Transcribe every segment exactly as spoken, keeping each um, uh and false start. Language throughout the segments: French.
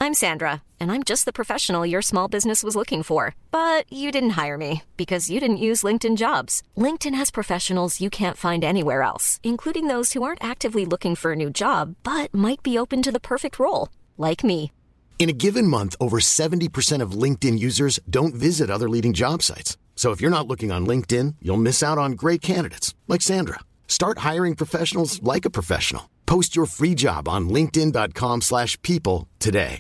I'm Sandra, and I'm just the professional your small business was looking for. But you didn't hire me because you didn't use LinkedIn Jobs. LinkedIn has professionals you can't find anywhere else, including those who aren't actively looking for a new job, but might be open to the perfect role, like me. In a given month, over seventy percent of LinkedIn users don't visit other leading job sites. So if you're not looking on LinkedIn, you'll miss out on great candidates like Sandra. Start hiring professionals like a professional. Post your free job on linkedin.com slash people today.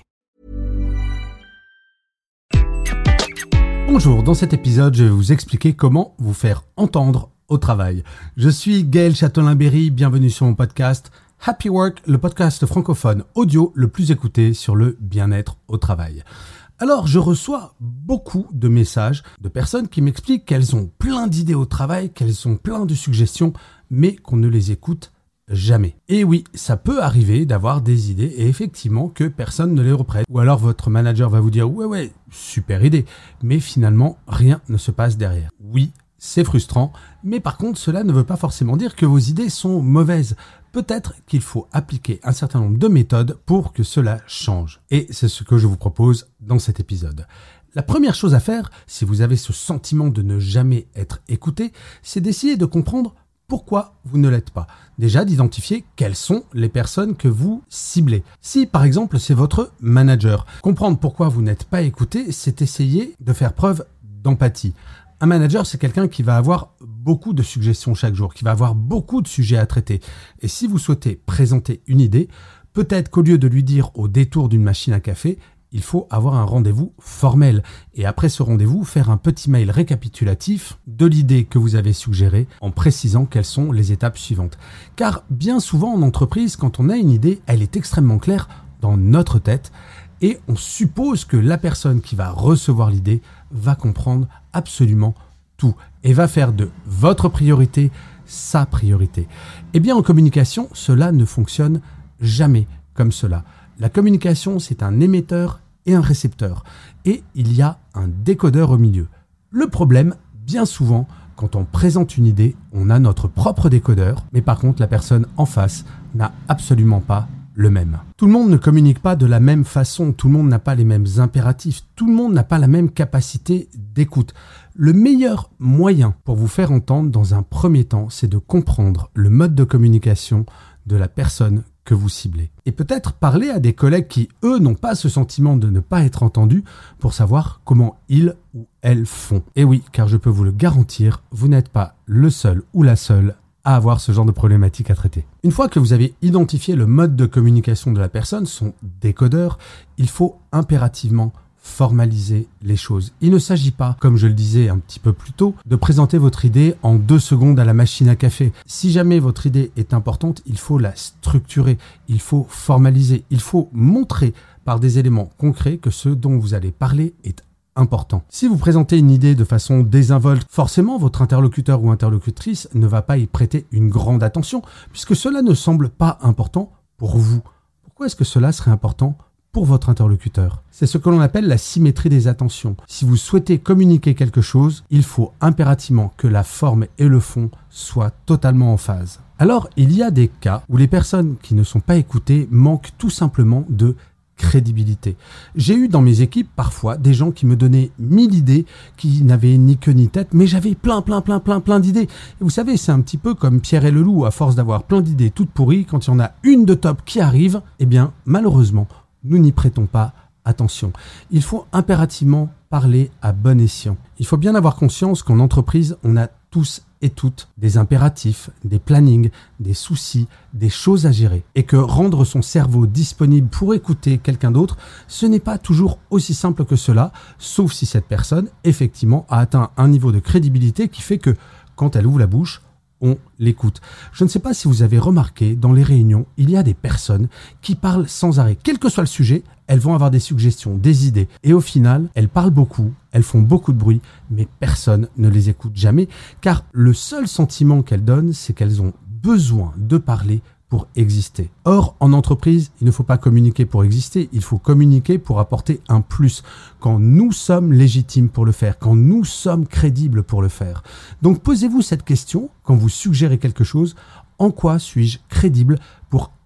Bonjour, dans cet épisode, je vais vous expliquer comment vous faire entendre au travail. Je suis Gaël Châtelain-Berry, bienvenue sur mon podcast Happy Work, le podcast francophone audio le plus écouté sur le bien-être au travail. Alors, je reçois beaucoup de messages de personnes qui m'expliquent qu'elles ont plein d'idées au travail, qu'elles ont plein de suggestions, mais qu'on ne les écoute jamais. Et oui, ça peut arriver d'avoir des idées et effectivement que personne ne les reprenne. Ou alors votre manager va vous dire « Ouais, ouais, super idée », mais finalement, rien ne se passe derrière. Oui, c'est frustrant, mais par contre, cela ne veut pas forcément dire que vos idées sont mauvaises. Peut-être qu'il faut appliquer un certain nombre de méthodes pour que cela change. Et c'est ce que je vous propose dans cet épisode. La première chose à faire, si vous avez ce sentiment de ne jamais être écouté, c'est d'essayer de comprendre pourquoi vous ne l'êtes pas. Déjà, d'identifier quelles sont les personnes que vous ciblez. Si, par exemple, c'est votre manager, comprendre pourquoi vous n'êtes pas écouté, c'est essayer de faire preuve d'empathie. Un manager, c'est quelqu'un qui va avoir beaucoup de suggestions chaque jour, qui va avoir beaucoup de sujets à traiter. Et si vous souhaitez présenter une idée, peut-être qu'au lieu de lui dire au détour d'une machine à café, il faut avoir un rendez-vous formel. Et après ce rendez-vous, faire un petit mail récapitulatif de l'idée que vous avez suggérée en précisant quelles sont les étapes suivantes. Car bien souvent en entreprise, quand on a une idée, elle est extrêmement claire dans notre tête et on suppose que la personne qui va recevoir l'idée va comprendre absolument tout et va faire de votre priorité sa priorité. Eh bien, en communication, cela ne fonctionne jamais comme cela. La communication, c'est un émetteur et un récepteur. Et il y a un décodeur au milieu. Le problème, bien souvent, quand on présente une idée, on a notre propre décodeur, mais par contre, la personne en face n'a absolument pas le même. Tout le monde ne communique pas de la même façon, tout le monde n'a pas les mêmes impératifs, tout le monde n'a pas la même capacité d'écoute. Le meilleur moyen pour vous faire entendre dans un premier temps, c'est de comprendre le mode de communication de la personne que vous ciblez. Et peut-être parler à des collègues qui, eux, n'ont pas ce sentiment de ne pas être entendus pour savoir comment ils ou elles font. Et oui, car je peux vous le garantir, vous n'êtes pas le seul ou la seule à avoir ce genre de problématique à traiter. Une fois que vous avez identifié le mode de communication de la personne, son décodeur, il faut impérativement formaliser les choses. Il ne s'agit pas, comme je le disais un petit peu plus tôt, de présenter votre idée en deux secondes à la machine à café. Si jamais votre idée est importante, il faut la structurer, il faut formaliser, il faut montrer par des éléments concrets que ce dont vous allez parler est important. Si vous présentez une idée de façon désinvolte, forcément votre interlocuteur ou interlocutrice ne va pas y prêter une grande attention puisque cela ne semble pas important pour vous. Pourquoi est-ce que cela serait important pour votre interlocuteur? C'est ce que l'on appelle la symétrie des attentions. Si vous souhaitez communiquer quelque chose, il faut impérativement que la forme et le fond soient totalement en phase. Alors, il y a des cas où les personnes qui ne sont pas écoutées manquent tout simplement de crédibilité. J'ai eu dans mes équipes parfois des gens qui me donnaient mille idées, qui n'avaient ni queue ni tête, mais j'avais plein, plein, plein, plein, plein d'idées. Et vous savez, c'est un petit peu comme Pierre et le loup, à force d'avoir plein d'idées toutes pourries, quand il y en a une de top qui arrive, eh bien, malheureusement, nous n'y prêtons pas attention. Il faut impérativement parler à bon escient. Il faut bien avoir conscience qu'en entreprise, on a tous et toutes des impératifs, des plannings, des soucis, des choses à gérer. Et que rendre son cerveau disponible pour écouter quelqu'un d'autre, ce n'est pas toujours aussi simple que cela, sauf si cette personne, effectivement, a atteint un niveau de crédibilité qui fait que, quand elle ouvre la bouche, on l'écoute. Je ne sais pas si vous avez remarqué, dans les réunions, il y a des personnes qui parlent sans arrêt. Quel que soit le sujet, elles vont avoir des suggestions, des idées. Et au final, elles parlent beaucoup, elles font beaucoup de bruit, mais personne ne les écoute jamais, car le seul sentiment qu'elles donnent, c'est qu'elles ont besoin de parler pour exister. Or, en entreprise, il ne faut pas communiquer pour exister, il faut communiquer pour apporter un plus, quand nous sommes légitimes pour le faire, quand nous sommes crédibles pour le faire. Donc posez-vous cette question quand vous suggérez quelque chose, en quoi suis-je crédible pour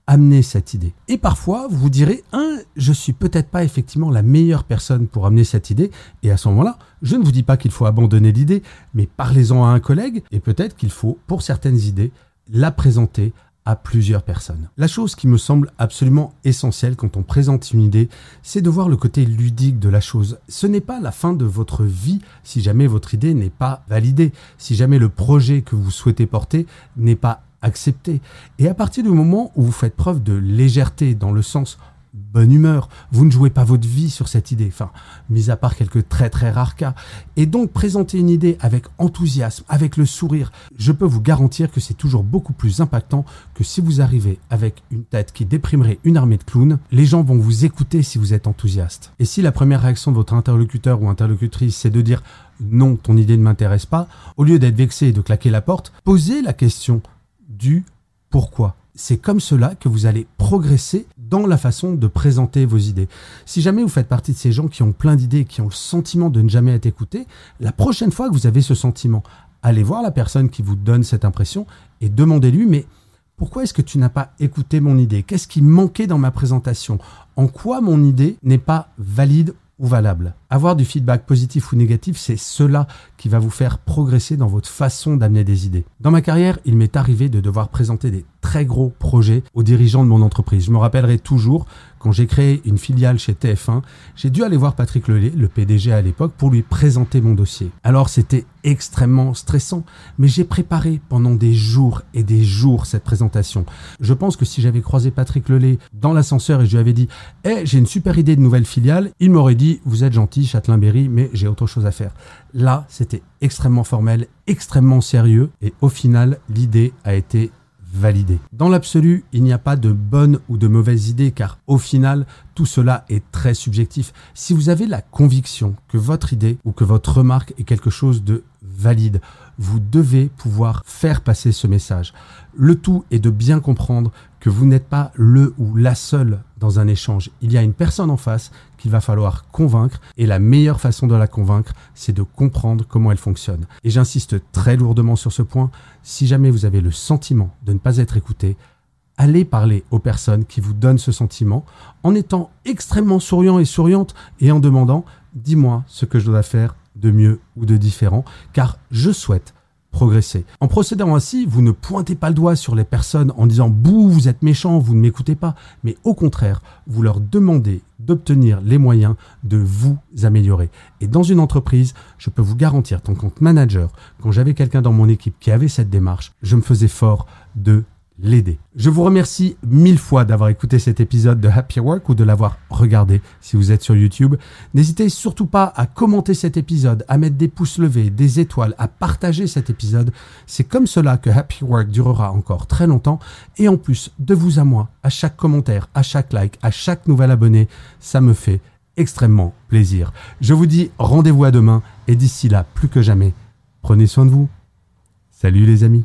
amener cette idée. Et parfois, vous vous direz, hein, je suis peut-être pas effectivement la meilleure personne pour amener cette idée. Et à ce moment-là, je ne vous dis pas qu'il faut abandonner l'idée, mais parlez-en à un collègue et peut-être qu'il faut, pour certaines idées, la présenter à plusieurs personnes. La chose qui me semble absolument essentielle quand on présente une idée, c'est de voir le côté ludique de la chose. Ce n'est pas la fin de votre vie si jamais votre idée n'est pas validée, si jamais le projet que vous souhaitez porter n'est pas accepté. Et à partir du moment où vous faites preuve de légèreté dans le sens bonne humeur, vous ne jouez pas votre vie sur cette idée, enfin, mis à part quelques très très rares cas. Et donc, présenter une idée avec enthousiasme, avec le sourire, je peux vous garantir que c'est toujours beaucoup plus impactant que si vous arrivez avec une tête qui déprimerait une armée de clowns. Les gens vont vous écouter si vous êtes enthousiaste. Et si la première réaction de votre interlocuteur ou interlocutrice, c'est de dire « non, ton idée ne m'intéresse pas », au lieu d'être vexé et de claquer la porte, posez la question du « pourquoi ». C'est comme cela que vous allez progresser dans la façon de présenter vos idées. Si jamais vous faites partie de ces gens qui ont plein d'idées, qui ont le sentiment de ne jamais être écoutés, la prochaine fois que vous avez ce sentiment, allez voir la personne qui vous donne cette impression et demandez-lui, mais pourquoi est-ce que tu n'as pas écouté mon idée ? Qu'est-ce qui manquait dans ma présentation ? En quoi mon idée n'est pas valide ou valable ? Avoir du feedback positif ou négatif, c'est cela qui va vous faire progresser dans votre façon d'amener des idées. Dans ma carrière, il m'est arrivé de devoir présenter des très gros projets aux dirigeants de mon entreprise. Je me rappellerai toujours, quand j'ai créé une filiale chez T F un, j'ai dû aller voir Patrick Lelay, le P D G à l'époque, pour lui présenter mon dossier. Alors c'était extrêmement stressant, mais j'ai préparé pendant des jours et des jours cette présentation. Je pense que si j'avais croisé Patrick Lelay dans l'ascenseur et je lui avais dit « Eh, j'ai une super idée de nouvelle filiale », il m'aurait dit « Vous êtes gentil, Châtelain-Berry, mais j'ai autre chose à faire ». Là, c'était extrêmement formel, extrêmement sérieux, et au final, l'idée a été validée. Dans l'absolu, il n'y a pas de bonne ou de mauvaise idée, car au final, tout cela est très subjectif. Si vous avez la conviction que votre idée ou que votre remarque est quelque chose de valide, vous devez pouvoir faire passer ce message. Le tout est de bien comprendre que vous n'êtes pas le ou la seule dans un échange. Il y a une personne en face qu'il va falloir convaincre et la meilleure façon de la convaincre, c'est de comprendre comment elle fonctionne. Et j'insiste très lourdement sur ce point, si jamais vous avez le sentiment de ne pas être écouté, allez parler aux personnes qui vous donnent ce sentiment en étant extrêmement souriant et souriante et en demandant « dis-moi ce que je dois faire de mieux ou de différent, car je souhaite progresser ». En procédant ainsi, vous ne pointez pas le doigt sur les personnes en disant « bouh, vous êtes méchant, vous ne m'écoutez pas », mais au contraire, vous leur demandez d'obtenir les moyens de vous améliorer. Et dans une entreprise, je peux vous garantir, en tant que manager, quand j'avais quelqu'un dans mon équipe qui avait cette démarche, je me faisais fort de l'aider. Je vous remercie mille fois d'avoir écouté cet épisode de Happy Work ou de l'avoir regardé si vous êtes sur YouTube. N'hésitez surtout pas à commenter cet épisode, à mettre des pouces levés, des étoiles, à partager cet épisode. C'est comme cela que Happy Work durera encore très longtemps. Et en plus, de vous à moi, à chaque commentaire, à chaque like, à chaque nouvel abonné, ça me fait extrêmement plaisir. Je vous dis rendez-vous à demain et d'ici là, plus que jamais, prenez soin de vous. Salut les amis.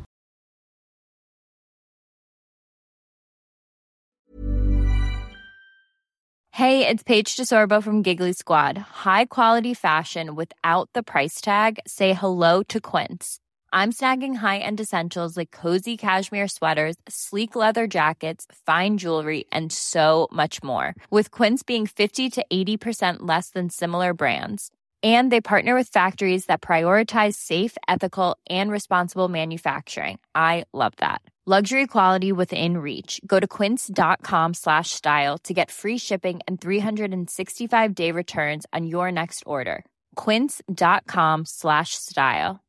Hey, it's Paige DeSorbo from Giggly Squad. High quality fashion without the price tag. Say hello to Quince. I'm snagging high-end essentials like cozy cashmere sweaters, sleek leather jackets, fine jewelry, and so much more. With Quince being fifty to eighty percent less than similar brands. And they partner with factories that prioritize safe, ethical, and responsible manufacturing. I love that. Luxury quality within reach. Go to quince.com slash style to get free shipping and three sixty-five day returns on your next order. Quince.com slash style.